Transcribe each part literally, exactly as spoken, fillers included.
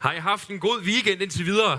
Har I haft en god weekend indtil videre?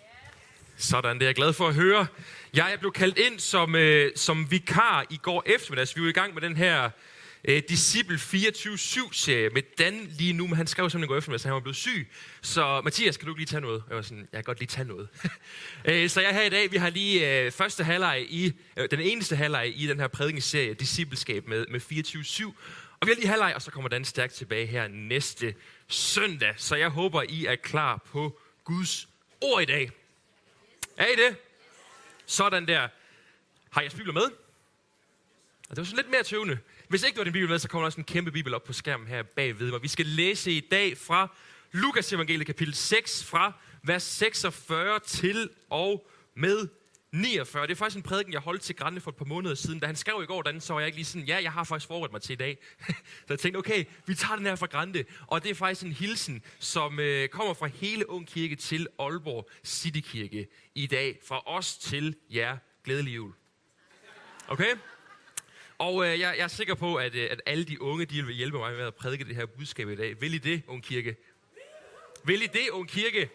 Sådan, det er jeg glad for at høre. Jeg er blevet kaldt ind som, øh, som vikar i går eftermiddags. Vi var i gang med den her øh, Disciple fireogtyve syv-serie med Dan lige nu, men han skrev simpelthen i går eftermiddags, så han var blevet syg. Så Mathias, kan du ikke lige tage noget? Jeg var sådan, jeg kan godt lige tage noget. øh, så jeg her i dag, vi har lige øh, første halvleg i, øh, den eneste halvleg i den her prædikenserie, Discipleskab med, med fireogtyve syv. Og vi har lige halvleg, og så kommer Dan stærkt tilbage her næste søndag. Så jeg håber, I er klar på Guds ord i dag. Er I det? Sådan der. Har jeres bibler med? Og det var sådan lidt mere tøvende. Hvis ikke du har din bibel med, så kommer der også en kæmpe bibel op på skærmen her bagved mig. Vi skal læse i dag fra Lukas evangeliet kapitel seks, fra vers seksogfyrre til og med niogfyrre. Det er faktisk en prædiken, jeg holdt til Grande for et par måneder siden. Da han skrev i går, den, så var jeg ikke lige sådan, ja, jeg har faktisk forberedt mig til i dag. Så jeg tænkte, okay, vi tager den her fra Grande. Og det er faktisk en hilsen, som øh, kommer fra hele Ung Kirke til Aalborg Citykirke i dag. Fra os til jer. Glædelig jul. Okay? Og øh, jeg, jeg er sikker på, at, øh, at alle de unge, de vil hjælpe mig med at prædike det her budskab i dag. Vil I det, Ung Kirke? Vil I det, Ung Kirke?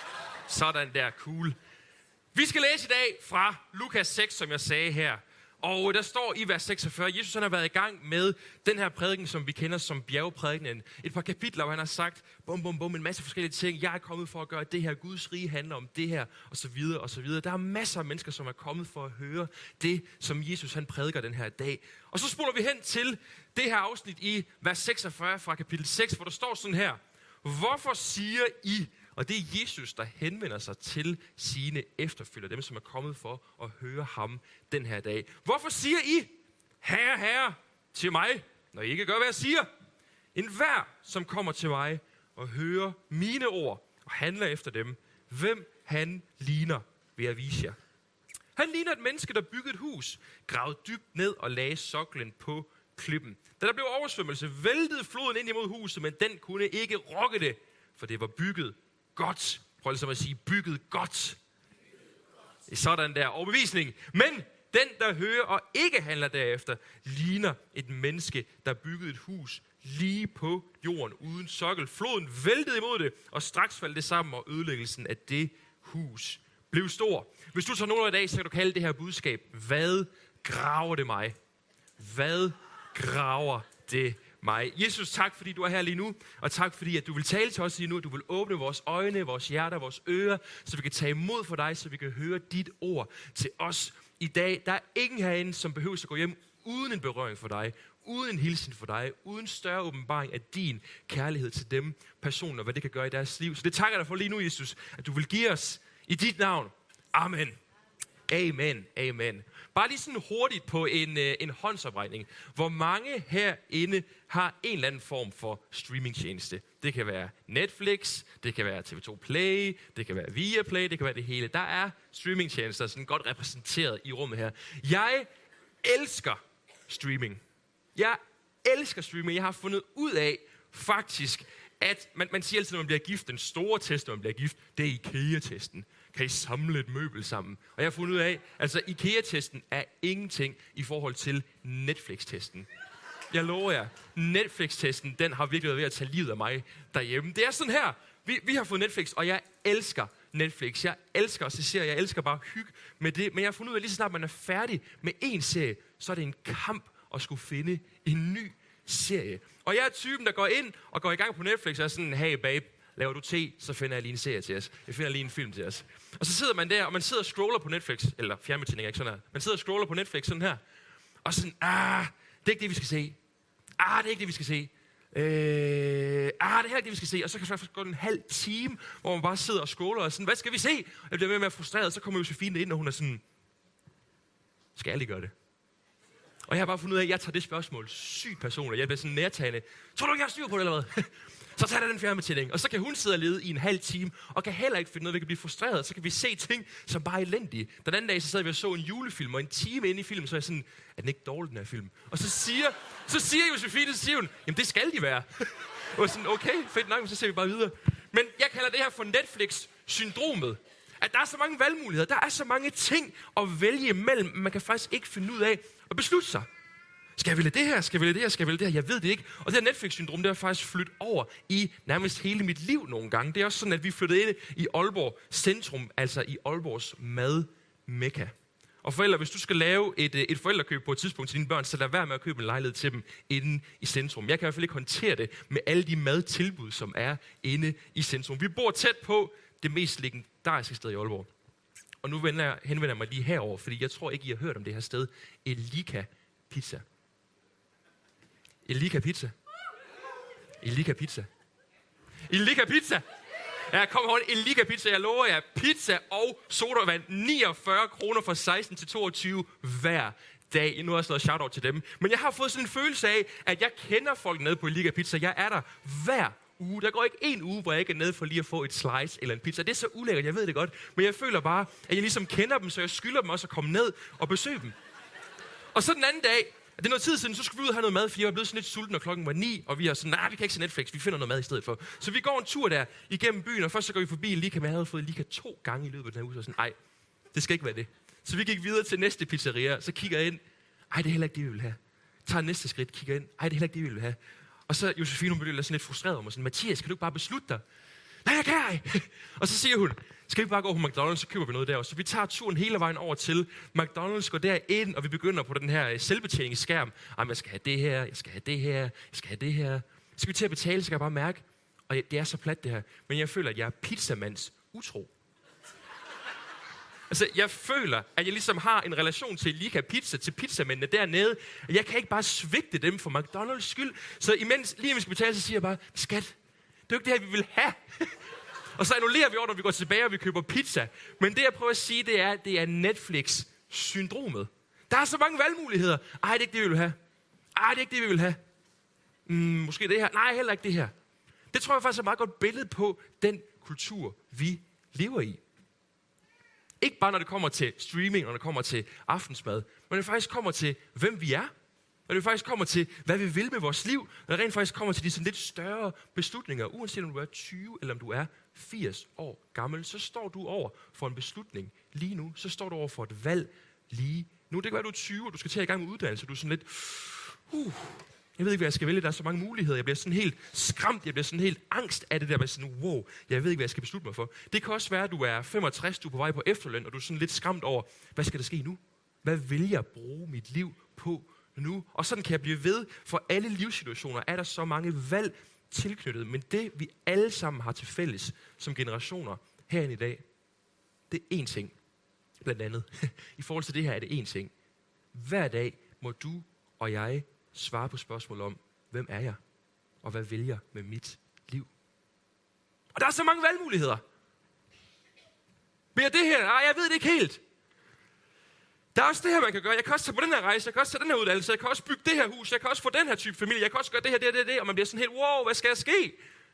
Sådan der, cool. Vi skal læse i dag fra Lukas seks, som jeg sagde her. Og der står i vers seksogfyrre, Jesus han har været i gang med den her prædiken, som vi kender som bjergprædikenen. Et par kapitler, hvor han har sagt, bum, bum, bum, en masse forskellige ting. Jeg er kommet for at gøre det her. Guds rige handler om det her, og så videre, og så videre. Der er masser af mennesker, som er kommet for at høre det, som Jesus han prædiker den her dag. Og så spoler vi hen til det her afsnit i vers seksogfyrre fra kapitel seks, hvor der står sådan her. Hvorfor siger I... Og det er Jesus, der henvender sig til sine efterfølgere, dem som er kommet for at høre ham den her dag. Hvorfor siger I, herre, herre, til mig, når I ikke gør, hvad jeg siger? En hver, som kommer til mig og hører mine ord og handler efter dem, hvem han ligner, vil jeg vise jer. Han ligner et menneske, der byggede et hus, gravede dybt ned og lagde soklen på klippen. Da der blev oversvømmelse, væltede floden ind imod huset, men den kunne ikke rokke det, for det var bygget godt. Prøv lige at sige, bygget godt. Det er sådan der overbevisning. Men den, der hører og ikke handler derefter, ligner et menneske, der byggede et hus lige på jorden uden sokkel. Floden væltede imod det, og straks faldt det sammen, og ødelæggelsen af det hus blev stor. Hvis du tager nogle af i dag, så kan du kalde det her budskab, hvad graver det mig? Hvad graver det mig? Jesus, tak fordi du er her lige nu, og tak fordi at du vil tale til os lige nu, du vil åbne vores øjne, vores hjerter, vores ører, så vi kan tage imod for dig, så vi kan høre dit ord til os i dag. Der er ingen herinde, som behøver at gå hjem uden en berøring for dig, uden en hilsen for dig, uden større åbenbaring af din kærlighed til dem personer, hvad det kan gøre i deres liv. Så det takker jeg dig for lige nu, Jesus, at du vil give os i dit navn. Amen. Amen, amen. Bare lige sådan hurtigt på en, øh, en håndsopregning. Hvor mange herinde har en eller anden form for streamingtjeneste? Det kan være Netflix, det kan være T V to Play, det kan være Viaplay, det kan være det hele. Der er streamingtjenester sådan godt repræsenteret i rummet her. Jeg elsker streaming. Jeg elsker streaming. Jeg har fundet ud af faktisk, at man, man siger altid, når man bliver gift, den store test, når man bliver gift, det er IKEA-testen. Kan I samle et møbel sammen? Og jeg har fundet ud af, altså IKEA-testen er ingenting i forhold til Netflix-testen. Jeg lover jer, Netflix-testen, den har virkelig været ved at tage livet af mig derhjemme. Det er sådan her, vi, vi har fået Netflix, og jeg elsker Netflix. Jeg elsker at se serier, jeg elsker bare hygge med det. Men jeg har fundet ud af, lige så snart man er færdig med en serie, så er det en kamp at skulle finde en ny serie. Og jeg er typen, der går ind og går i gang på Netflix og er sådan, hey babe, laver du te, så finder jeg lige en serie til os. Jeg finder lige en film til os. Og så sidder man der, og man sidder og scroller på Netflix, eller fjernbetjening er ikke sådan her. Man sidder og scroller på Netflix sådan her, og sådan, ah, det er ikke det, vi skal se. Ah, det er ikke det, vi skal se. Øh, ah, det er ikke det, vi skal se. Og så kan det faktisk gå en halv time, hvor man bare sidder og scroller og sådan, hvad skal vi se? Jeg bliver mere og mere frustreret, så kommer Josefine ind, og hun er sådan, skal jeg lige gøre det? Og jeg har bare fundet ud af, at jeg tager det spørgsmål sygt personligt. Jeg bliver sådan nærtagende. Tror du ikke, jeg har styr på det, eller hvad? Så tager jeg den fjernbetjening, og så kan hun sidde og lede i en halv time, og kan heller ikke finde noget, vi kan blive frustreret. Så kan vi se ting, som bare er elendige. Den anden dag, så sad vi og så en julefilm, og en time inde i filmen, så er jeg sådan, er den ikke dårlig, den her film? Og så siger, så siger Josefine, så siger hun, jamen det skal de være. Og sådan, okay, fedt nok, så ser vi bare videre. Men jeg kalder det her for Netflix-syndromet. At der er så mange valgmuligheder, der er så mange ting at vælge imellem, man kan faktisk ikke finde ud af at beslutte sig. Skal jeg vælge det her? Skal jeg vælge det her? Skal jeg vælge det her? Jeg ved det ikke. Og det her Netflix-syndrom, det har faktisk flyttet over i nærmest hele mit liv nogle gange. Det er også sådan, at vi flyttede ind i Aalborg Centrum, altså i Aalborgs mad-mekka. Og forældre, hvis du skal lave et, et forældrekøb på et tidspunkt til dine børn, så lad være med at købe en lejlighed til dem inde i centrum. Jeg kan i hvert fald ikke håndtere det med alle de madtilbud, som er inde i centrum. Vi bor tæt på det mest legendariske sted i Aalborg. Og nu vender jeg, henvender jeg mig lige herover, fordi jeg tror ikke, I har hørt om det her sted. Elika Pizza. Elika Pizza. Elika Pizza. Elika Pizza. Ja, kom hold. Elika Pizza, jeg lover jer. Pizza og sodavand. niogfyrre kroner fra seksten til toogtyve hver dag. Nu har jeg slået shout-out til dem. Men jeg har fået sådan en følelse af, at jeg kender folk nede på Elika Pizza. Jeg er der hver uge. Der går ikke en uge, hvor jeg ikke er nede for lige at få et slice eller en pizza. Det er så ulækkert, jeg ved det godt. Men jeg føler bare, at jeg ligesom kender dem, så jeg skylder dem også at komme ned og besøge dem. Og så den anden dag, det er noget tid siden, så skulle vi ud og have noget mad, for jeg var blevet sådan lidt sulten, og klokken var ni, og vi er sådan, nej, vi kan ikke se Netflix, vi finder noget mad i stedet for. Så vi går en tur der igennem byen, og først så går vi forbi Elika, men jeg havde fået Elika to gange i løbet af den her uge, så sådan, nej, det skal ikke være det. Så vi gik videre til næste pizzeria, så kigger jeg ind, ej, det er heller ikke det, vi vil have. Tager næste skridt, kigger ind, ej, det er heller ikke det, vi vil have. Og så Josefine, hun blev sådan lidt frustreret om mig, sådan, Mathias, kan du ikke bare beslutte dig? Nej, jeg kan ej. Og så siger hun, skal vi bare gå på McDonald's, så køber vi noget der. Så vi tager turen hele vejen over til McDonald's, går derind, og vi begynder på den her selvbetjeningsskærm. Jamen, jeg skal have det her, jeg skal have det her, jeg skal have det her. Så skal vi til at betale, så kan jeg bare mærke, og det er så plat det her, men jeg føler, at jeg er pizzamands utro. Altså, jeg føler, at jeg ligesom har en relation til Elika Pizza, til pizzamændene dernede. Jeg kan ikke bare svigte dem for McDonald's skyld. Så imens, lige vi skal betale, så siger jeg bare, skat, det er jo ikke det her, vi vil have. Og så annullerer vi over, når vi går tilbage, og vi køber pizza. Men det, jeg prøver at sige, det er, det er Netflix-syndromet. Der er så mange valgmuligheder. Ej, det er ikke det, vi vil have. Ej, det er ikke det, vi vil have. Mm, måske det her. Nej, heller ikke det her. Det tror jeg faktisk er et meget godt billede på den kultur, vi lever i. Ikke bare, når det kommer til streaming, når det kommer til aftensmad, men når det faktisk kommer til, hvem vi er. Når det faktisk kommer til, hvad vi vil med vores liv. Når det rent faktisk kommer til de sådan lidt større beslutninger. Uanset om du er tyve eller om du er firs år gammel, så står du over for en beslutning lige nu. Så står du over for et valg lige nu. Det kan være, at du er tyve, og du skal til at i gang med uddannelse. Du er sådan lidt, uh, jeg ved ikke, hvad jeg skal vælge. Der er så mange muligheder. Jeg bliver sådan helt skræmt. Jeg bliver sådan helt angst af det der med sådan, wow, jeg ved ikke, hvad jeg skal beslutte mig for. Det kan også være, at du er femogtres, du er på vej på efterløn, og du er sådan lidt skræmt over, hvad skal der ske nu? Hvad vil jeg bruge mit liv på nu? Og sådan kan jeg blive ved. For alle livssituationer er der så mange valg tilknyttet. Men det, vi alle sammen har til fælles som generationer herinde i dag, det er én ting. Blandt andet. I forhold til det her er det én ting. Hver dag må du og jeg svare på spørgsmål om, hvem er jeg? Og hvad vil jeg med mit liv? Og der er så mange valgmuligheder. Bliver det her? Nej, jeg ved det ikke helt. Der er også det her, man kan gøre. Jeg kan også tage på den her rejse, jeg kan også tage den her uddannelse, jeg kan også bygge det her hus, jeg kan også få den her type familie, jeg kan også gøre det her, det, det, det, og man bliver sådan helt, wow, hvad skal der ske?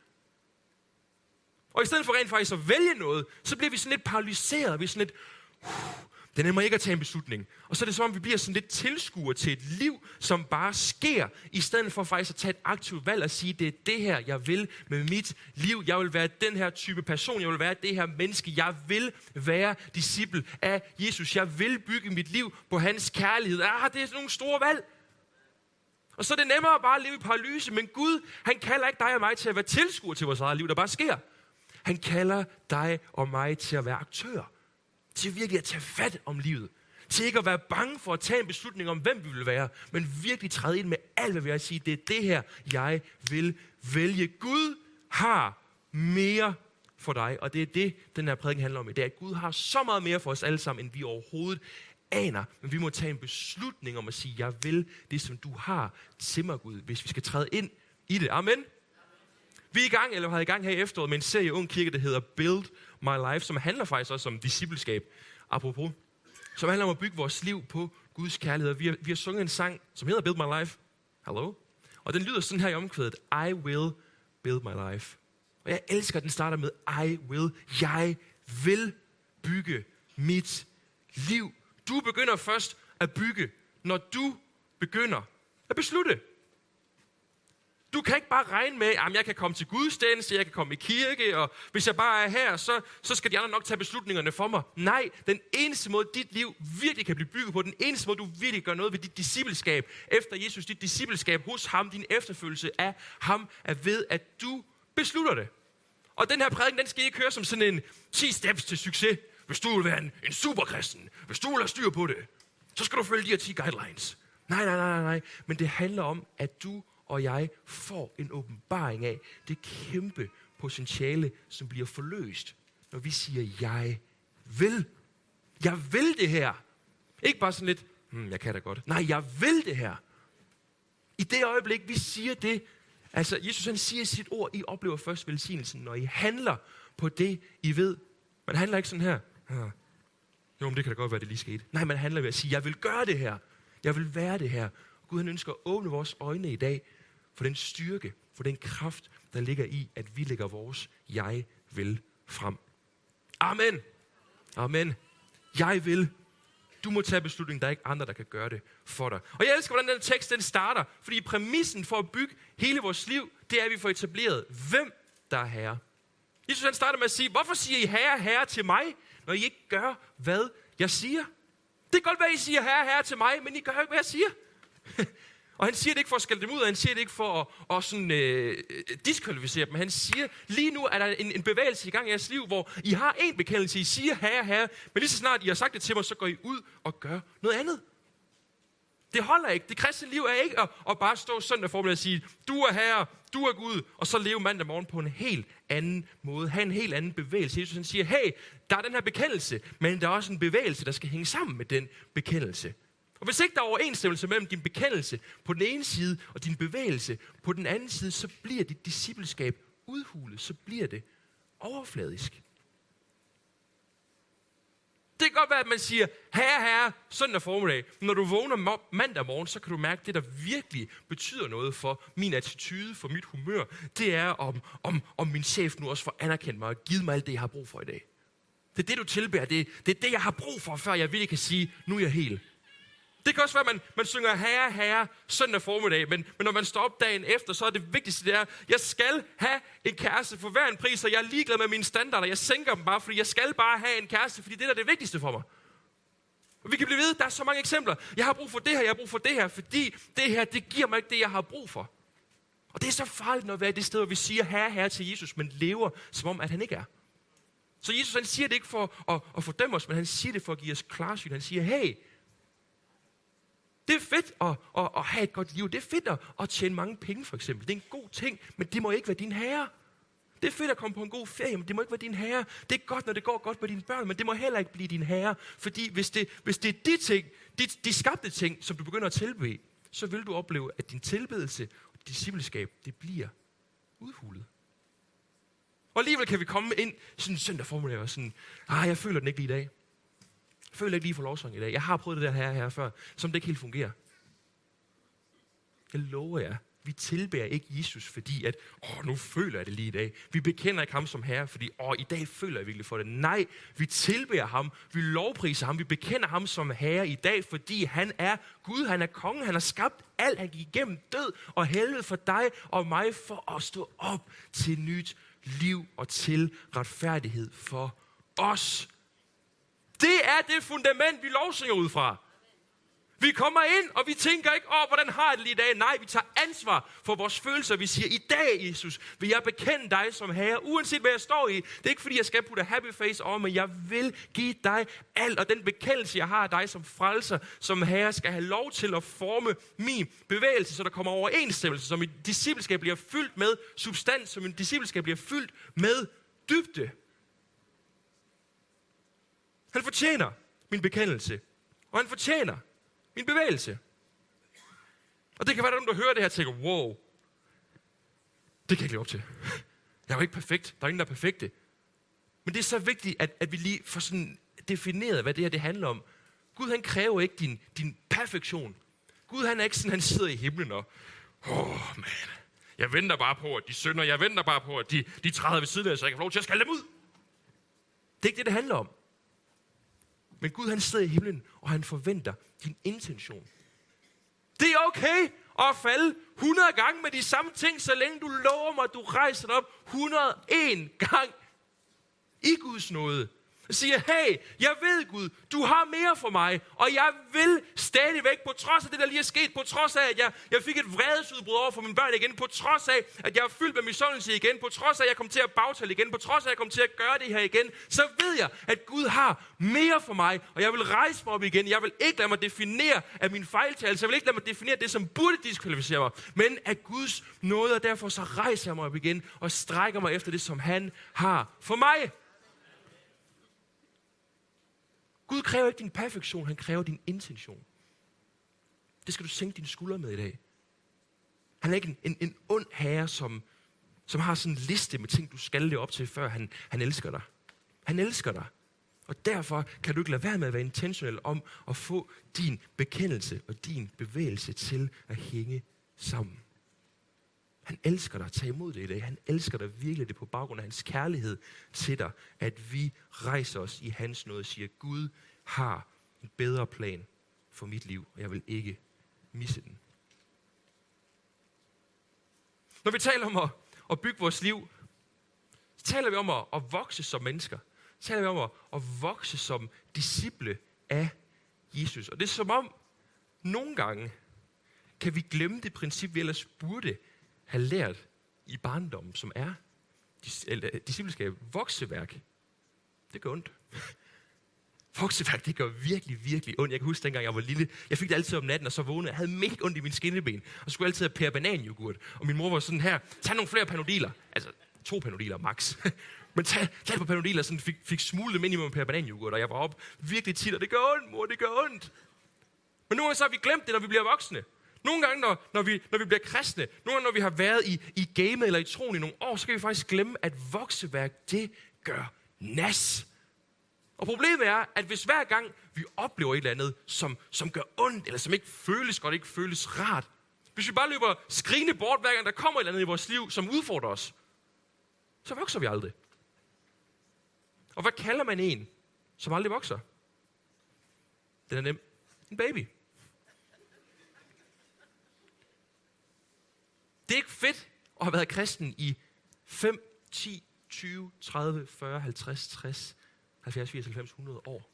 Og i stedet for rent faktisk at vælge noget, så bliver vi sådan lidt paralyseret, vi er sådan lidt, uh, det er nemmere ikke at tage en beslutning. Og så er det som om, vi bliver sådan lidt tilskuer til et liv, som bare sker, i stedet for faktisk at tage et aktivt valg og sige, det er det her, jeg vil med mit liv. Jeg vil være den her type person, jeg vil være det her menneske, jeg vil være disciple af Jesus. Jeg vil bygge mit liv på hans kærlighed. Ah, det er sådan nogle store valg. Og så er det nemmere bare at leve i paralyse, men Gud, han kalder ikke dig og mig til at være tilskuer til vores eget liv, der bare sker. Han kalder dig og mig til at være aktører. Til virkelig at tage fat om livet. Til ikke at være bange for at tage en beslutning om, hvem vi vil være. Men virkelig træde ind med alt, hvad vi har at sige. Det er det her, jeg vil vælge. Gud har mere for dig. Og det er det, den her prædiken handler om i dag. At Gud har så meget mere for os alle sammen, end vi overhovedet aner. Men vi må tage en beslutning om at sige, jeg vil det, som du har til mig, Gud. Hvis vi skal træde ind i det. Amen. Vi er i gang, eller har i gang her i efteråret, med en serie Ung Kirke, der hedder Build My Life, som handler faktisk også om discipleskab, apropos, som handler om at bygge vores liv på Guds kærlighed. Vi har, vi har sunget en sang, som hedder Build My Life. Hello? Og den lyder sådan her i omkvædet, I will build my life. Og jeg elsker, at den starter med, I will. Jeg vil bygge mit liv. Du begynder først at bygge, når du begynder at beslutte. Du kan ikke bare regne med, at jeg kan komme til gudstjeneste, jeg kan komme i kirke, og hvis jeg bare er her, så, så skal de andre nok tage beslutningerne for mig. Nej, den eneste måde, dit liv virkelig kan blive bygget på, den eneste måde, du virkelig gør noget ved dit discipleskab efter Jesus, dit discipleskab hos ham, din efterfølgelse af ham, er ved, at du beslutter det. Og den her prædiken, den skal ikke køre som sådan en ti steps til succes. Hvis du vil være en, en superkristen, hvis du vil have styr på det, så skal du følge de her ti guidelines. Nej, nej, nej, nej. Men det handler om, at du og jeg får en åbenbaring af det kæmpe potentiale, som bliver forløst, når vi siger, jeg vil. Jeg vil det her. Ikke bare sådan lidt, hmm, jeg kan da godt. Nej, jeg vil det her. I det øjeblik, vi siger det, altså Jesus han siger i sit ord, I oplever først velsignelsen, når I handler på det, I ved. Man handler ikke sådan her. Ja. Jo, men det kan da godt være, det lige skete. Nej, man handler ved at sige, jeg vil gøre det her. Jeg vil være det her. Gud han ønsker at åbne vores øjne i dag for den styrke, for den kraft, der ligger i, at vi lægger vores jeg vil frem. Amen. Amen. Jeg vil. Du må tage beslutningen, der er ikke andre, der kan gøre det for dig. Og jeg elsker, hvordan den tekst den starter, fordi præmissen for at bygge hele vores liv, det er, at vi får etableret, hvem der er herre. Jesus han starter med at sige, hvorfor siger I herre, herre til mig, når I ikke gør, hvad jeg siger? Det kan godt være, I siger herre, herre til mig, men I gør ikke, hvad jeg siger. Og han siger det ikke for at skælde dem ud, og han siger det ikke for at, at sådan, øh, diskvalificere dem. Han siger, lige nu er der en, en bevægelse i gang i jeres liv, hvor I har en bekendelse, I siger herre, herre, men lige så snart I har sagt det til mig, så går I ud og gør noget andet. Det holder ikke. Det kristne liv er ikke at, at bare stå søndag formiddag og sige, du er herre, du er Gud, og så leve mandag morgen på en helt anden måde. Ha' en helt anden bevægelse. Jesus han siger, hey, der er den her bekendelse, men der er også en bevægelse, der skal hænge sammen med den bekendelse. Og hvis ikke der er overensstemmelse mellem din bekendelse på den ene side, og din bevægelse på den anden side, så bliver dit discipleskab udhulet, så bliver det overfladisk. Det kan godt være, at man siger, herre, herre, søndag formiddag. Når du vågner mandag morgen, så kan du mærke, at det, der virkelig betyder noget for min attitude, for mit humør, det er, om, om, om min chef nu også får anerkendt mig og givet mig alt det, jeg har brug for i dag. Det er det, du tilbærer. Det, det er det, jeg har brug for, før jeg virkelig kan sige, nu er jeg hel. Det kan også være, at man, man synger herre, herre, søndag formiddag, men, men når man står op dagen efter, så er det vigtigste, det er, jeg skal have en kæreste for hver en pris, og jeg er ligeglad med mine standarder. Jeg sænker dem bare, fordi jeg skal bare have en kæreste, fordi det er det vigtigste for mig. Og vi kan blive ved, der er så mange eksempler. Jeg har brug for det her, jeg har brug for det her, fordi det her, det giver mig ikke det, jeg har brug for. Og det er så farligt, når vi er det sted, hvor vi siger herre, herre til Jesus, men lever som om, at han ikke er. Så Jesus, han siger det ikke for at, at fordømme os, men han siger det for at give os klarsyn. Han siger, hey, det er fedt at, at, at have et godt liv. Det er fedt at, at tjene mange penge, for eksempel. Det er en god ting, men det må ikke være din herre. Det er fedt at komme på en god ferie, men det må ikke være din herre. Det er godt, når det går godt med dine børn, men det må heller ikke blive din herre. Fordi hvis det, hvis det er de ting, de, de skabte ting, som du begynder at tilbede, så vil du opleve, at din tilbedelse og discipleskab, det bliver udhulet. Og alligevel kan vi komme ind sådan en søndag formiddag og sådan, ah, jeg føler den ikke lige i dag. Jeg føler ikke lige for lovsang i dag. Jeg har prøvet det der her, her før, som det ikke helt fungerer. Jeg lover jer, vi tilbærer ikke Jesus, fordi at, åh, nu føler jeg det lige i dag. Vi bekender ikke ham som herre, fordi, åh, i dag føler jeg virkelig for det. Nej, vi tilbærer ham, vi lovpriser ham, vi bekender ham som herre i dag, fordi han er Gud, han er kongen, han har skabt alt, han gik igennem død og helvede for dig og mig, for at stå op til nyt liv og til retfærdighed for os. Det er det fundament, vi lovsynger ud fra. Vi kommer ind, og vi tænker ikke, åh, hvordan har jeg det lige i dag? Nej, vi tager ansvar for vores følelser. Vi siger, i dag, Jesus, vil jeg bekende dig som herre, uanset hvad jeg står i. Det er ikke, fordi jeg skal putte happy face over, men jeg vil give dig alt. Og den bekendelse, jeg har af dig som frelser, som herre, skal have lov til at forme min bevægelse, så der kommer overensstemmelse, så mit discipleskab bliver fyldt med substans, så mit discipleskab bliver fyldt med dybde. Han fortjener min bekendelse, og han fortjener min bevægelse. Og det kan være, at nogen, der hører det her, tænker, wow, det kan jeg ikke leve op til. Jeg er jo ikke perfekt. Der er ingen, der er perfekte. Men det er så vigtigt, at, at vi lige får sådan defineret, hvad det her det handler om. Gud, han kræver ikke din, din perfektion. Gud, han er ikke sådan, han sidder i himlen og, åh, oh, man, jeg venter bare på, at de synder. Jeg venter bare på, at de, de træder ved siden af, så jeg kan få lov til at skælde dem ud. Det er ikke det, det handler om. Men Gud, han sidder i himlen, og han forventer din intention. Det er okay og falde hundrede gange med de samme ting, så længe du lover mig, at du rejser dig op hundrede og en gang i Guds nåde. Og siger, hey, jeg ved Gud, du har mere for mig, og jeg vil stadigvæk, på trods af det, der lige er sket, på trods af, at jeg, jeg fik et vredesudbrud over for mine børn igen, på trods af, at jeg er fyldt med misundelse igen, på trods af, at jeg kom til at bagtale igen, på trods af, at jeg kom til at gøre det her igen, så ved jeg, at Gud har mere for mig, og jeg vil rejse mig op igen. Jeg vil ikke lade mig definere af min fejltagelse, jeg vil ikke lade mig definere det, som burde diskvalificere mig, men af Guds nåde, og derfor så rejser jeg mig op igen, og strækker mig efter det, som han har for mig. Gud kræver ikke din perfektion, han kræver din intention. Det skal du sænke dine skuldre med i dag. Han er ikke en, en, en ond herre, som, som har sådan en liste med ting, du skal leve op til, før han, han elsker dig. Han elsker dig. Og derfor kan du ikke lade være med at være intentionel om at få din bekendelse og din bevægelse til at hænge sammen. Han elsker dig. Tag imod det i dag. Han elsker dig virkelig. Det på baggrund af hans kærlighed til dig, at vi rejser os i hans nåde og siger, Gud har en bedre plan for mit liv, og jeg vil ikke misse den. Når vi taler om at, at bygge vores liv, så taler vi om at, at vokse som mennesker. Så taler vi om at, at vokse som disciple af Jesus. Og det er som om, nogle gange kan vi glemme det princip, vi ellers burde have lært i barndommen, som er discipleskab, vokseværk. Det gør ondt. Vokseværk, det gør virkelig, virkelig ondt. Jeg kan huske, dengang jeg var lille, jeg fik det altid om natten, og så vågnede jeg. havde mega ondt i mine skinneben, og skulle altid have Per bananjoghurt. Og min mor var sådan her, tag nogle flere panodiler. Altså, to panodiler max. Men tag, tag et par panodiler, sådan fik, fik smuglet dem ind i mig med Per bananjoghurt, og jeg var op virkelig tit, og det gør ondt, mor, det gør ondt. Men nogle gange så har vi glemt det, når vi bliver voksne. Nogle gange, når, når, vi, når vi bliver kristne, nogle gange, når vi har været i, i gamet eller i troen i nogle år, så kan vi faktisk glemme, at vokseværk, det gør nas. Og problemet er, at hvis hver gang vi oplever et eller andet, som, som gør ondt, eller som ikke føles godt, ikke føles rart, hvis vi bare løber skrigende bort, hver gang der kommer et eller andet i vores liv, som udfordrer os, så vokser vi aldrig. Og hvad kalder man en, som aldrig vokser? Den er nem. En baby. Det er ikke fedt at have været kristen i fem, ti, tyve, tredive, fyrre, halvtreds, tres, halvfjerds, firs, halvfems, hundrede år.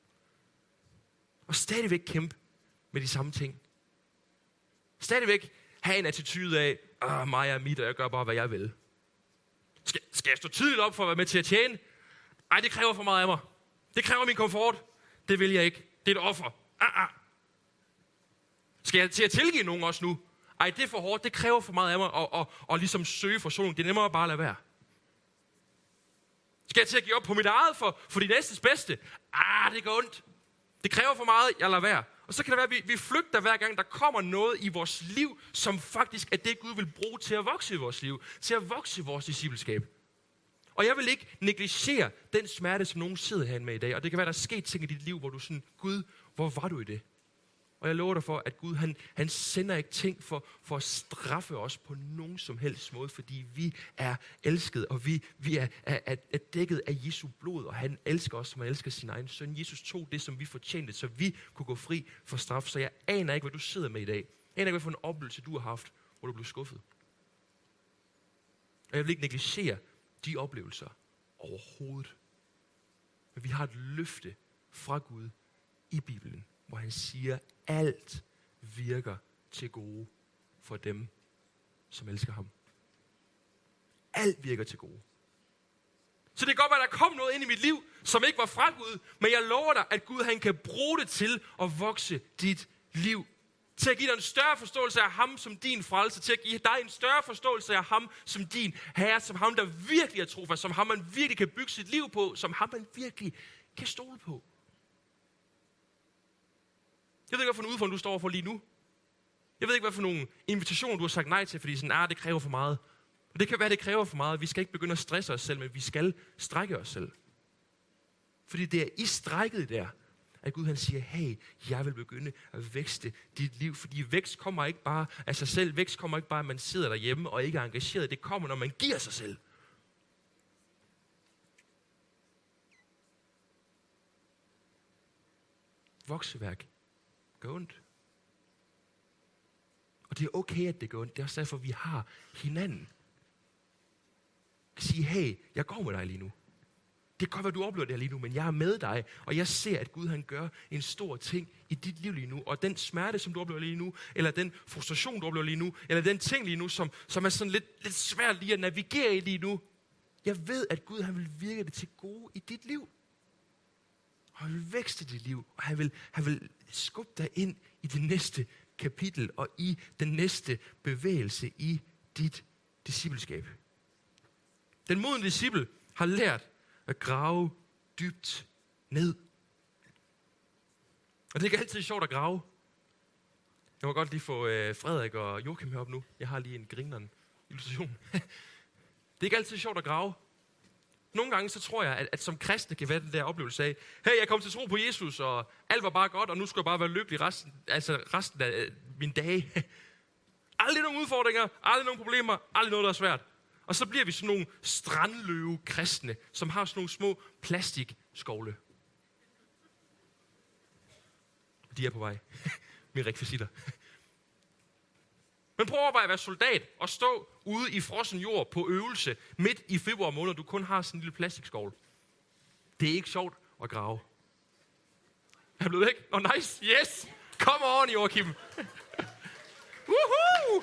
Og stadigvæk kæmpe med de samme ting. Stadigvæk have en attitude af, ah, mig er mit, og jeg gør bare, hvad jeg vil. Skal, skal jeg stå tidligt op for at være med til at tjene? Ej, det kræver for meget af mig. Det kræver min komfort. Det vil jeg ikke. Det er et offer. Ah, ah. Skal jeg til at tilgive nogen også nu? Ej, det er for hårdt. Det kræver for meget af mig at, at, at, at ligesom søge forsoning. Det er nemmere bare at lade være. Skal jeg til at give op på mit eget for, for de næstes bedste? Ah, det går ondt. Det kræver for meget, jeg lader være. Og så kan det være, at vi, vi flygter hver gang, der kommer noget i vores liv, som faktisk er det, Gud vil bruge til at vokse i vores liv. Til at vokse i vores discipleskab. Og jeg vil ikke negligere den smerte, som nogen sidder herinde med i dag. Og det kan være, der er sket ting i dit liv, hvor du sådan, Gud, hvor var du i det? Og jeg lover dig for, at Gud, han, han sender ikke ting for, for at straffe os på nogen som helst måde, fordi vi er elsket, og vi, vi er, er, er dækket af Jesu blod, og han elsker os, som han elsker sin egen søn. Jesus tog det, som vi fortjente, så vi kunne gå fri for straf. Så jeg aner ikke, hvad du sidder med i dag. Jeg aner ikke, hvad for en oplevelse du har haft, hvor du blev skuffet. Og jeg vil ikke negligere de oplevelser overhovedet. Men vi har et løfte fra Gud i Bibelen, hvor han siger, alt virker til gode for dem, som elsker ham. Alt virker til gode. Så det kan godt være, at der kom noget ind i mit liv, som ikke var fra Gud, men jeg lover dig, at Gud han kan bruge det til at vokse dit liv. Til at give dig en større forståelse af ham som din frelse, til at give dig en større forståelse af ham som din herre, som ham, der virkelig er trofast, som ham, man virkelig kan bygge sit liv på, som ham, man virkelig kan stole på. Jeg ved ikke, hvad for en udfordring du står overfor lige nu. Jeg ved ikke, hvad for nogle invitationer du har sagt nej til, fordi sådan, ah, det kræver for meget. Og det kan være, det kræver for meget. Vi skal ikke begynde at stresse os selv, men vi skal strække os selv. Fordi det er i strækket der, at Gud han siger, hey, jeg vil begynde at vækste dit liv. Fordi vækst kommer ikke bare af sig selv. Vækst kommer ikke bare, at man sidder derhjemme og ikke er engageret. Det kommer, når man giver sig selv. Vokseværk gør ondt. Og det er okay, at det går ondt. Det er også derfor, vi har hinanden. At sige, hey, jeg går med dig lige nu. Det kan godt være, du oplever det her lige nu, men jeg er med dig, og jeg ser, at Gud han gør en stor ting i dit liv lige nu. Og den smerte, som du oplever lige nu, eller den frustration, du oplever lige nu, eller den ting lige nu, som, som er sådan lidt, lidt svært lige at navigere i lige nu. Jeg ved, at Gud han vil virke det til gode i dit liv. Og han vil vækste dit liv, og han vil, han vil skubbe dig ind i det næste kapitel, og i den næste bevægelse i dit discipleskab. Den modne disciple har lært at grave dybt ned. Og det er ikke altid sjovt at grave. Jeg må godt lige få øh, Frederik og Joachim herop nu. Jeg har lige en grineren illustration. Det er ikke altid sjovt at grave. Nogle gange så tror jeg, at, at som kristne kan være den der oplevelse af, hey, jeg kom til tro på Jesus, og alt var bare godt, og nu skal jeg bare være lykkelig resten, altså resten af øh, mine dage. Aldrig nogen udfordringer, aldrig nogen problemer, aldrig noget, der er svært. Og så bliver vi sådan nogle strandløve kristne, som har sådan nogle små plastikskovle. De er på vej. Mine rekvisitter. Men prøv at overveje at være soldat og stå ude i frossen jord på øvelse midt i februar måned, du kun har sådan en lille plastikskovl. Det er ikke sjovt at grave. Er jeg blevet væk? Åh, oh, nice. Yes. Come on, Joachim. Woohoo!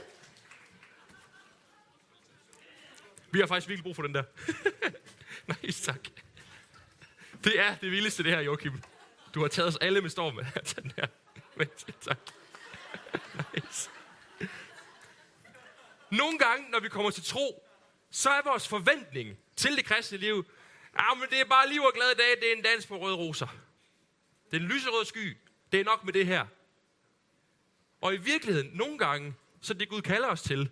Vi har faktisk virkelig brug for den der. Nice, tak. Det er det vildeste, det her, Joachim. Du har taget os alle med storm med den her. Men, tak. Nice. Nogle gange, når vi kommer til tro, så er vores forventning til det kristne liv, ja, men det er bare liv og glade dage, det er en dans på røde roser. Det er en lyserød sky. Det er nok med det her. Og i virkeligheden, nogle gange, så det Gud kalder os til,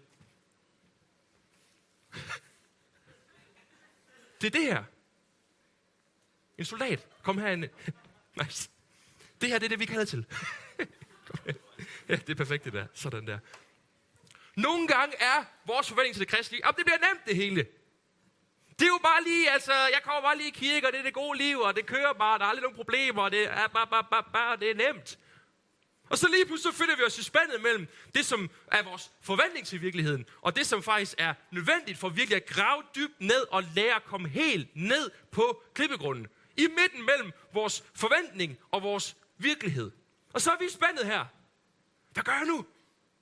det er det her. En soldat. Kom herinde. Nice. Det her, det er det, vi kalder til. Ja, det er perfekt det der. Sådan der. Nogle gange er vores forventning til det kristne liv, at det bliver nemt det hele. Det er jo bare lige, altså, jeg kommer bare lige i kirke, og det er det gode liv, og det kører bare, der er aldrig nogen problemer, og det er bare, bare, bare, bare, det er nemt. Og så lige pludselig finder vi os i spændet mellem det, som er vores forventning til virkeligheden, og det, som faktisk er nødvendigt for virkelig at grave dybt ned og lære at komme helt ned på klippegrunden. I midten mellem vores forventning og vores virkelighed. Og så er vi i spændet her. Hvad gør jeg nu?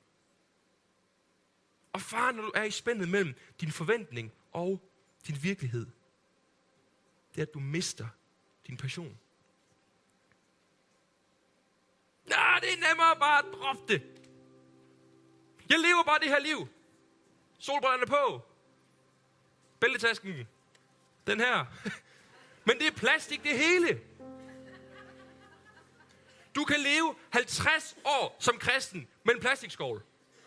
Og far, når du er i spændet mellem din forventning og din virkelighed, det er, at du mister din passion. Nej, det er nemmere bare at droppe det. Jeg lever bare det her liv. Solbrillerne på. Bæltetasken. Den her. Men det er plastik, det hele. Du kan leve halvtreds år som kristen med en plastikskål.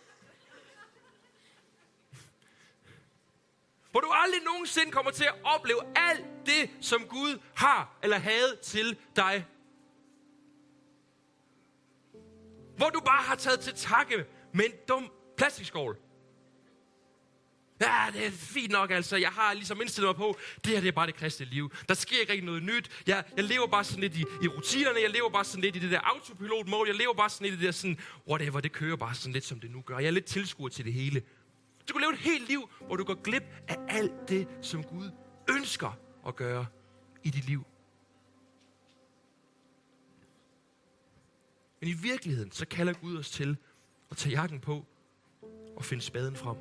Hvor du aldrig nogensinde kommer til at opleve alt det, som Gud har eller havde til dig. Hvor du bare har taget til takke med en dum plastikskål. Ja, det er fint nok, altså. Jeg har ligesom indstillet mig på, det her det er bare det kristne liv. Der sker ikke rigtig noget nyt. Jeg, jeg lever bare sådan lidt i, i rutinerne. Jeg lever bare sådan lidt i det der autopilot-mode. Jeg lever bare sådan lidt i det der sådan, whatever, det kører bare sådan lidt, som det nu gør. Jeg er lidt tilskuer til det hele. Du kan leve et helt liv, hvor du går glip af alt det, som Gud ønsker at gøre i dit liv. Men i virkeligheden, så kalder Gud os til at tage jakken på og finde spaden frem.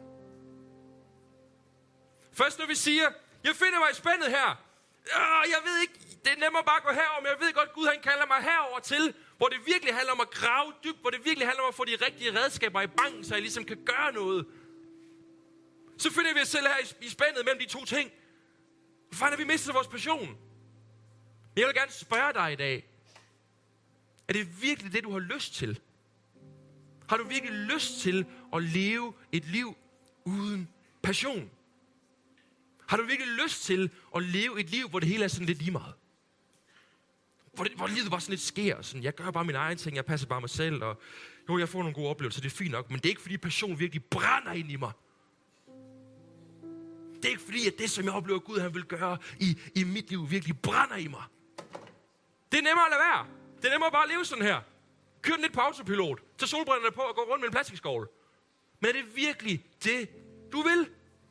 Først når vi siger, jeg finder mig i spændet her. Øh, jeg ved ikke, det er nemmere bare at gå herover, men jeg ved godt, Gud han kalder mig herover til, hvor det virkelig handler om at grave dybt, hvor det virkelig handler om at få de rigtige redskaber i banken, så jeg ligesom kan gøre noget. Så finder vi os selv her i, i spændet mellem de to ting. Hvor fanden har vi mistet vores passion? Men jeg vil gerne spørge dig i dag. Er det virkelig det, du har lyst til? Har du virkelig lyst til at leve et liv uden passion? Har du virkelig lyst til at leve et liv, hvor det hele er sådan lidt lige meget? Hvor, det, hvor livet bare sådan lidt sker. Sådan, jeg gør bare min egen ting, jeg passer bare mig selv, og jo, jeg får nogle gode oplevelser, det er fint nok, men det er ikke fordi passion virkelig brænder ind i mig. Det er ikke fordi, at det, som jeg oplever, Gud han vil gøre i, i mit liv, virkelig brænder i mig. Det er nemmere at lade være. Det er nemmere bare at leve sådan her. Kør den lidt på autopilot. Tag solbrillerne på og gå rundt med en plastikskål. Men er det virkelig det, du vil?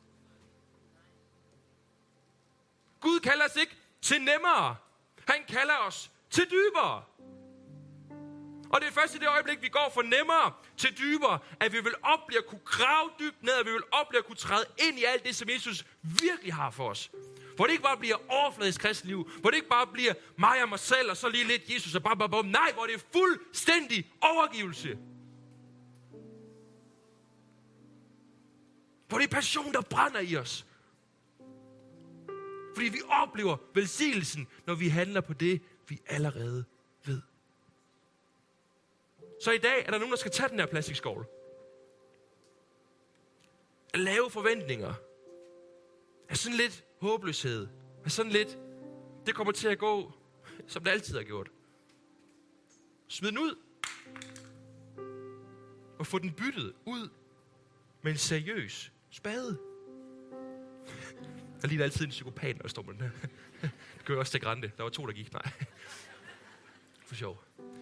Gud kalder os ikke til nemmere. Han kalder os til dybere. Og det er først i det øjeblik, vi går fra nemmere til dybere, at vi vil opleve at kunne grave dybt ned, at vi vil opleve at kunne træde ind i alt det, som Jesus virkelig har for os. Hvor det ikke bare bliver overfladisk kristenliv, hvor det ikke bare bliver mig og mig selv, og så lige lidt Jesus og bam, bam, bam. Nej, hvor det er fuldstændig overgivelse. Hvor det er passion, der brænder i os. Fordi vi oplever velsignelsen, når vi handler på det, vi allerede ved. Så i dag er der nogen, der skal tage den her plastikskål. At lave forventninger. Er sådan lidt håbløshed. Er sådan lidt, det kommer til at gå, som det altid har gjort. Smid den ud. Og få den byttet ud med en seriøs spade. Der ligner altid en psykopat, når jeg står med den her. Det gør også til Grande. Der var to, der gik. Nej. For sjov.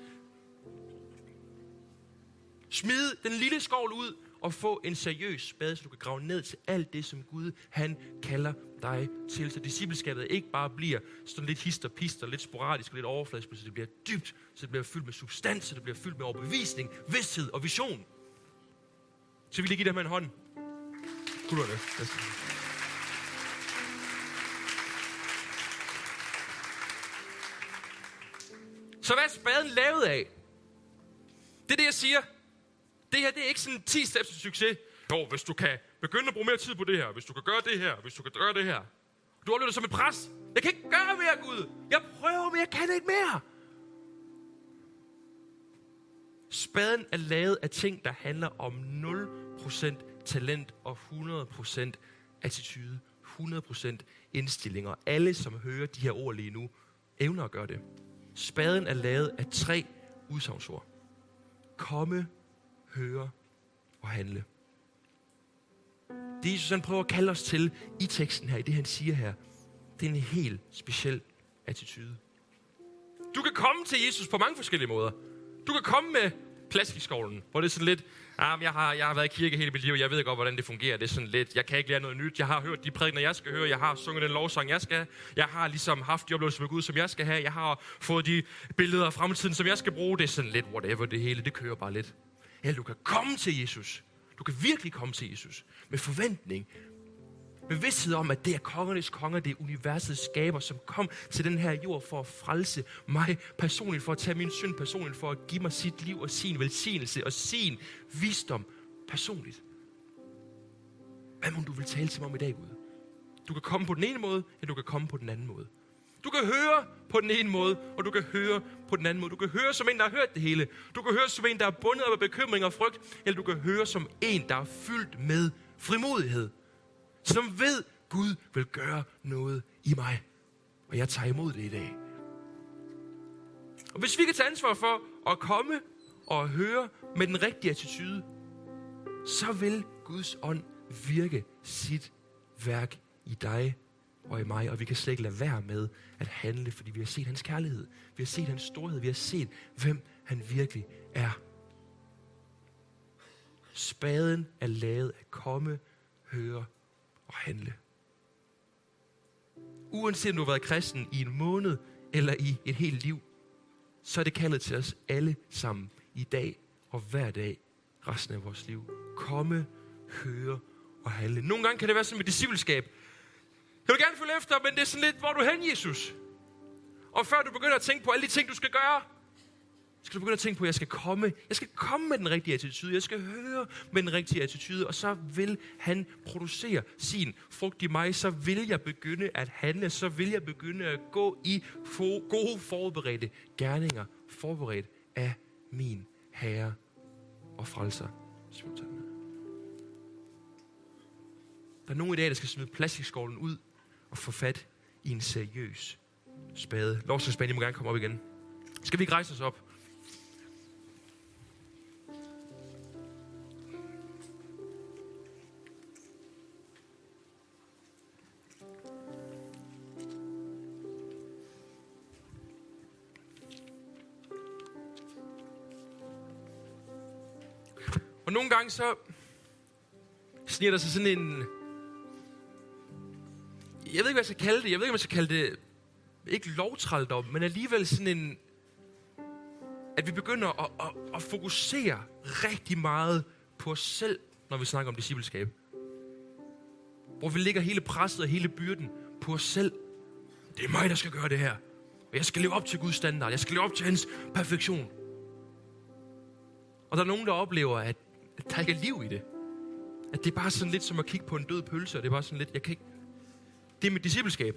Smid den lille skovl ud og få en seriøs spade, så du kan grave ned til alt det, som Gud han kalder dig til. Så discipleskabet ikke bare bliver sådan lidt hist og pist og lidt sporadisk og lidt overfladisk, så det bliver dybt, så det bliver fyldt med substans, så det bliver fyldt med overbevisning, vidsthed og vision. Så vil jeg give dig med en hånd. Kulderne. Så hvad er spaden lavet af? Det er det, jeg siger. Det her, det er ikke sådan en ti steps til succes. Jo, hvis du kan begynde at bruge mere tid på det her, hvis du kan gøre det her, hvis du kan gøre det her. Du oplever det som et pres. Jeg kan ikke gøre mere, Gud. Jeg prøver, men jeg kan ikke mere. Spaden er lavet af ting, der handler om nul procent talent og hundrede procent attitude, hundrede procent indstilling. Og alle, som hører de her ord lige nu, evner at gøre det. Spaden er lavet af tre udsagnsord. Komme, høre og handle. Det Jesus han prøver at kalde os til i teksten her, i det han siger her, det er en helt speciel attitude. Du kan komme til Jesus på mange forskellige måder. Du kan komme med plastikskålen, hvor det er sådan lidt, ah, jeg, har, jeg har været i kirke hele mit liv, jeg ved godt, hvordan det fungerer. Det er sådan lidt, jeg kan ikke lære noget nyt. Jeg har hørt de prædikener, jeg skal høre. Jeg har sunget den lovsang, jeg skal. Jeg har ligesom haft de oplevelser med Gud, som jeg skal have. Jeg har fået de billeder af fremtiden, som jeg skal bruge. Det er sådan lidt whatever, det hele. Det kører bare lidt. Eller du kan komme til Jesus. Du kan virkelig komme til Jesus med forventning. Med vidsthed om, at det er kongernes konger, det er universets skaber, som kom til den her jord for at frelse mig personligt, for at tage min synd personligt, for at give mig sit liv og sin velsignelse og sin visdom personligt. Hvad må du vil tale til mig om i dag, Gud? Du kan komme på den ene måde, eller du kan komme på den anden måde. Du kan høre på den ene måde, og du kan høre på den anden måde. Du kan høre som en, der har hørt det hele. Du kan høre som en, der er bundet af bekymring og frygt, eller du kan høre som en, der er fyldt med frimodighed. Som ved, Gud vil gøre noget i mig. Og jeg tager imod det i dag. Og hvis vi kan tage ansvar for at komme og høre med den rigtige attitude, så vil Guds ånd virke sit værk i dig og i mig. Og vi kan slet ikke lade være med at handle, fordi vi har set hans kærlighed. Vi har set hans storhed. Vi har set, hvem han virkelig er. Spaden er lavet at komme, høre og handle. Uanset om du har været kristen i en måned eller i et helt liv, så er det kaldet til os alle sammen i dag og hver dag resten af vores liv. Komme, høre og handle. Nogle gange kan det være sådan med discipleskab. Jeg vil gerne følge efter, men det er sådan lidt, hvor er du hen, Jesus? Og før du begynder at tænke på alle de ting, du skal gøre, skal du begynde at tænke på, at jeg skal komme. Jeg skal komme med den rigtige attitude. Jeg skal høre med den rigtige attitude. Og så vil han producere sin frugt i mig. Så vil jeg begynde at handle. Så vil jeg begynde at gå i for, gode forberedte gerninger. Forberedt af min Herre og Frelser. Der er nogen i dag, der skal smide plastikskålen ud og få fat i en seriøs spade. Lovsangsband, I må gerne komme op igen. Skal vi ikke rejse os op? Og nogle gange så, sniger der sig sådan en... Jeg ved ikke, hvad jeg skal kalde det. Jeg ved ikke, om jeg skal kalde det... Ikke lovtrældom, men alligevel sådan en... At vi begynder at, at, at fokusere rigtig meget på os selv, når vi snakker om discipleskab. Hvor vi lægger hele presset og hele byrden på os selv. Det er mig, der skal gøre det her. Og jeg skal leve op til Guds standard. Jeg skal leve op til hans perfektion. Og der er nogen, der oplever, at der ikke er liv i det. At det er bare sådan lidt som at kigge på en død pølse, og det er bare sådan lidt, jeg kan ikke... Det er mit discipleskab.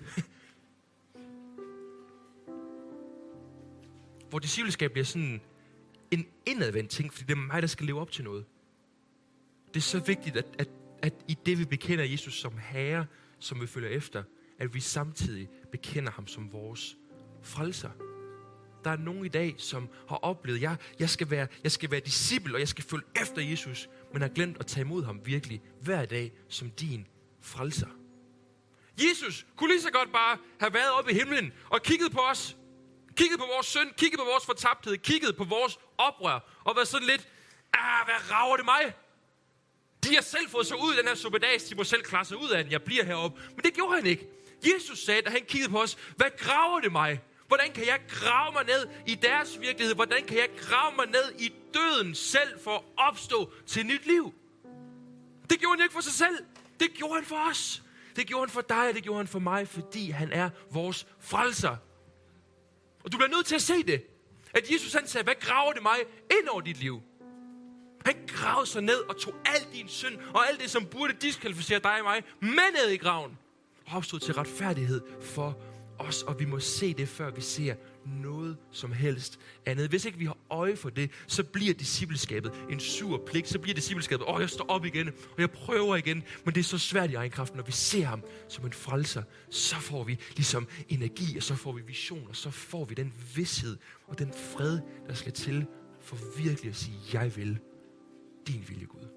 Hvor discipleskab bliver sådan en indadvendt ting, fordi det er mig, der skal leve op til noget. Det er så vigtigt, at, at, at i det, vi bekender Jesus som herre, som vi følger efter, at vi samtidig bekender ham som vores frelser. Der er nogen i dag, som har oplevet, at jeg, jeg, skal være, jeg skal være disciple, og jeg skal følge efter Jesus, men har glemt at tage imod ham virkelig hver dag som din frelser. Jesus kunne lige så godt bare have været oppe i himlen og kigget på os. Kigget på vores synd, kigget på vores fortabthed, kigget på vores oprør og været sådan lidt, ah, hvad rager det mig? De har selv fået sig ud i den her suppedags, de må selv klare sig ud af den, jeg bliver heroppe. Men det gjorde han ikke. Jesus sagde, da han kiggede på os, hvad graver det mig? Hvordan kan jeg grave mig ned i deres virkelighed? Hvordan kan jeg grave mig ned i døden selv for at opstå til et nyt liv? Det gjorde han ikke for sig selv. Det gjorde han for os. Det gjorde han for dig, og det gjorde han for mig, fordi han er vores frelser. Og du bliver nødt til at se det. At Jesus han sagde, hvad graver det mig ind over dit liv? Han gravede sig ned og tog al din synd og alt det, som burde diskvalificere dig og mig, med ned i graven. Og opstod til retfærdighed for os, og vi må se det, før vi ser noget som helst andet. Hvis ikke vi har øje for det, så bliver discipleskabet en sur pligt. Så bliver discipleskabet, åh, jeg står op igen, og jeg prøver igen. Men det er så svært i egen kraft. Når vi ser ham som en frelser, så får vi ligesom energi, og så får vi vision, og så får vi den vished og den fred, der skal til for virkelig at sige, jeg vil din vilje, Gud.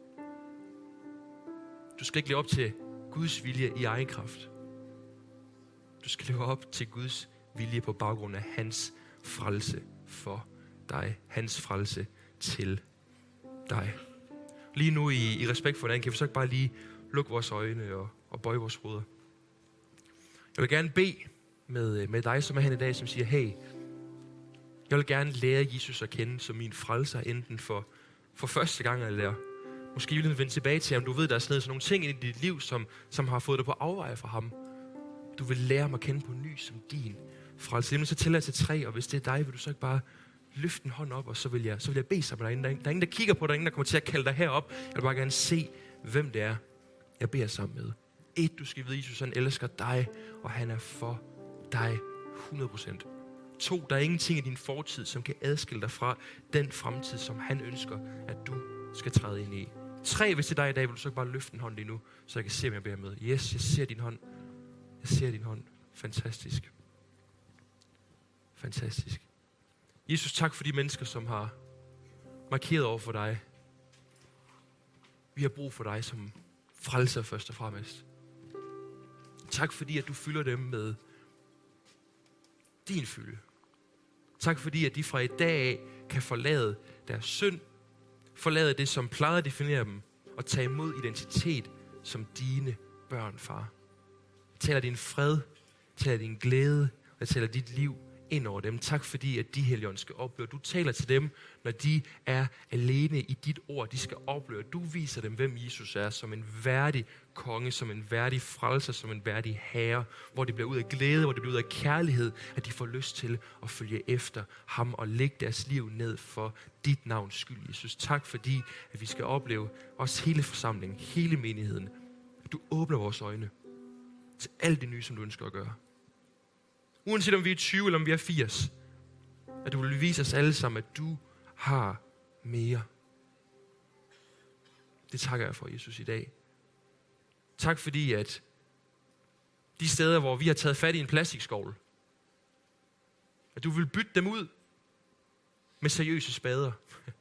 Du skal ikke leve op til Guds vilje i egen kraft. Du skal leve op til Guds vilje på baggrund af hans frelse for dig. Hans frelse til dig. Lige nu i, i respekt for hinanden, kan vi så ikke bare lige lukke vores øjne og, og bøje vores hoveder. Jeg vil gerne bede med, med dig, som er her i dag, som siger, hey, jeg vil gerne lære Jesus at kende som min frelser, enten for, for første gang, eller måske vil jeg vende tilbage til ham. Du ved, der er sådan nogle ting i dit liv, som, som har fået dig på afveje fra ham. Du vil lære mig at kende på ny som din frelse. Jamen, så tæller jeg til tre, og hvis det er dig, vil du så ikke bare løfte en hånd op, og så vil jeg, så vil jeg bede sammen med dig. Der er, ingen, der er ingen, der kigger på dig, der er ingen, der kommer til at kalde dig herop. Jeg vil bare gerne se, hvem det er, jeg beder sammen med. Et, du skal vide, Jesus, han elsker dig, og han er for dig hundrede procent. To, der er ingenting i din fortid, som kan adskille dig fra den fremtid, som han ønsker, at du skal træde ind i. Tre, hvis det er dig i dag, vil du så ikke bare løfte en hånd lige nu, så jeg kan se, om jeg beder med. Yes, jeg ser din hånd. Jeg ser din hånd. Fantastisk. Fantastisk. Jesus, tak for de mennesker, som har markeret over for dig. Vi har brug for dig som frelser først og fremmest. Tak fordi, at du fylder dem med din fylde. Tak fordi, at de fra i dag af kan forlade deres synd, forlade det, som plejede at definere dem, og tage imod identitet som dine børn, far. Jeg taler din fred, jeg taler din glæde, og jeg taler dit liv ind over dem. Tak fordi, at de Helligånd skal opleve. Du taler til dem, når de er alene i dit ord. De skal opleve. Du viser dem, hvem Jesus er, som en værdig konge, som en værdig frelser, som en værdig herre, hvor det bliver ud af glæde, hvor det bliver ud af kærlighed, at de får lyst til at følge efter ham og lægge deres liv ned for dit navns skyld, Jesus. Tak fordi, at vi skal opleve os hele forsamlingen, hele menigheden. Du åbner vores øjne til alt det nye, som du ønsker at gøre. Uanset om vi er tyve eller om vi er firs. At du vil vise os alle sammen, at du har mere. Det takker jeg for, Jesus, i dag. Tak fordi, at de steder, hvor vi har taget fat i en plastikskovl, at du vil bytte dem ud med seriøse spader.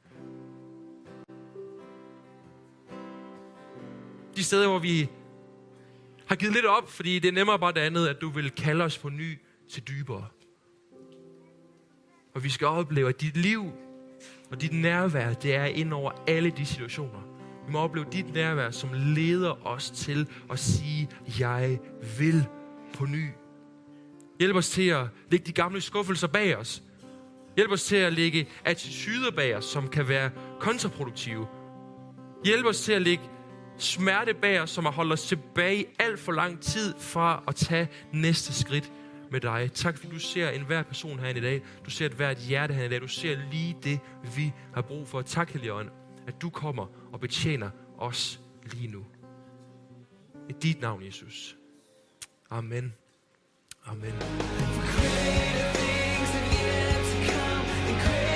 De steder, hvor vi har givet lidt op, fordi det er nemmere bare det andet, at du vil kalde os på ny til dybere. Og vi skal opleve, at dit liv og dit nærvær, det er ind over alle de situationer, Vi må opleve dit nærvær, som leder os til at sige, jeg vil på ny. Hjælp os til at lægge de gamle skuffelser bag os. Hjælp os til at lægge attityder bag os, som kan være kontraproduktive. Hjælp os til at lægge smerte bag os, som har holdt os tilbage i alt for lang tid fra at tage næste skridt med dig. Tak fordi du ser enhver person herinde i dag. Du ser et hvert hjerte herinde i dag. Du ser lige det, vi har brug for. Tak, Helligånd, at du kommer og betjener os lige nu. I dit navn, Jesus. Amen. Amen. Greater things have yet to come, and greater